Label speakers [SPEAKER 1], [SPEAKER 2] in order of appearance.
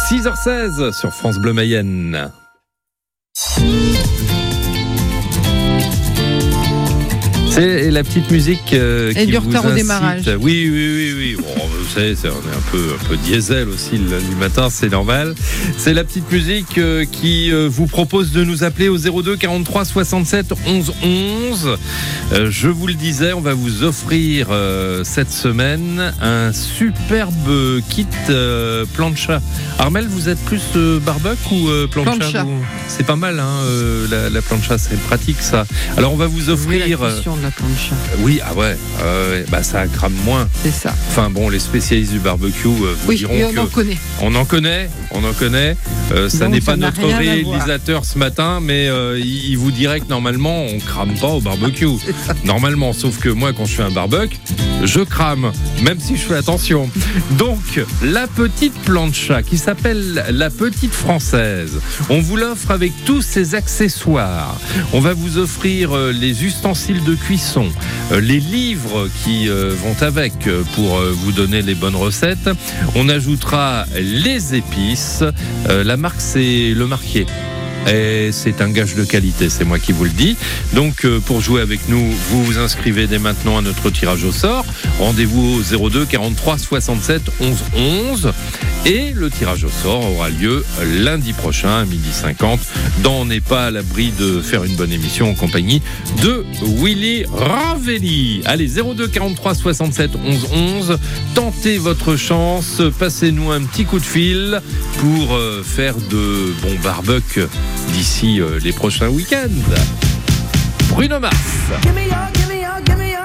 [SPEAKER 1] 6h16 sur France Bleu Mayenne. C'est la petite musique qui
[SPEAKER 2] du
[SPEAKER 1] vous
[SPEAKER 2] retard au
[SPEAKER 1] incite.
[SPEAKER 2] démarrage.
[SPEAKER 1] Oui. Bon, vous savez, on est un peu diesel aussi le lundi matin, c'est normal. C'est la petite musique qui vous propose de nous appeler au 02 43 67 11 11. Je vous le disais, on va vous offrir cette semaine un superbe kit plancha. Armel, vous êtes plus barbecue ou plancha vous C'est pas mal, hein, la plancha, c'est pratique ça. Alors on va vous offrir...
[SPEAKER 2] la plancha.
[SPEAKER 1] Oui, bah ça crame moins.
[SPEAKER 2] C'est ça.
[SPEAKER 1] Enfin bon, les spécialistes du barbecue vous diront
[SPEAKER 2] on en connaît.
[SPEAKER 1] On en connaît. Ça
[SPEAKER 2] Donc,
[SPEAKER 1] n'est
[SPEAKER 2] ça
[SPEAKER 1] pas
[SPEAKER 2] n'a
[SPEAKER 1] notre
[SPEAKER 2] rien à
[SPEAKER 1] réalisateur ce matin, mais il vous dirait que normalement on crame pas au barbecue. Normalement, sauf que moi quand je fais un barbecue, je crame, même si je fais attention. Donc la petite plancha qui s'appelle la petite française, on vous l'offre avec tous ses accessoires. On va vous offrir les ustensiles de cuisson, les livres qui vont avec pour vous donner les bonnes recettes. On ajoutera les épices. La marque, c'est Le Marquier. Et c'est un gage de qualité, c'est moi qui vous le dis. Donc pour jouer avec nous, vous vous inscrivez dès maintenant à notre tirage au sort. Rendez-vous au 02 43 67 11 11. Et le tirage au sort aura lieu lundi prochain à 12h50 dans On n'est pas à l'abri de faire une bonne émission en compagnie de Willy Ravelli. Allez, 02 43 67 11 11. Tentez votre chance, passez-nous un petit coup de fil pour faire de bons barbecues d'ici les prochains week-ends. Bruno Mars.
[SPEAKER 3] Give me your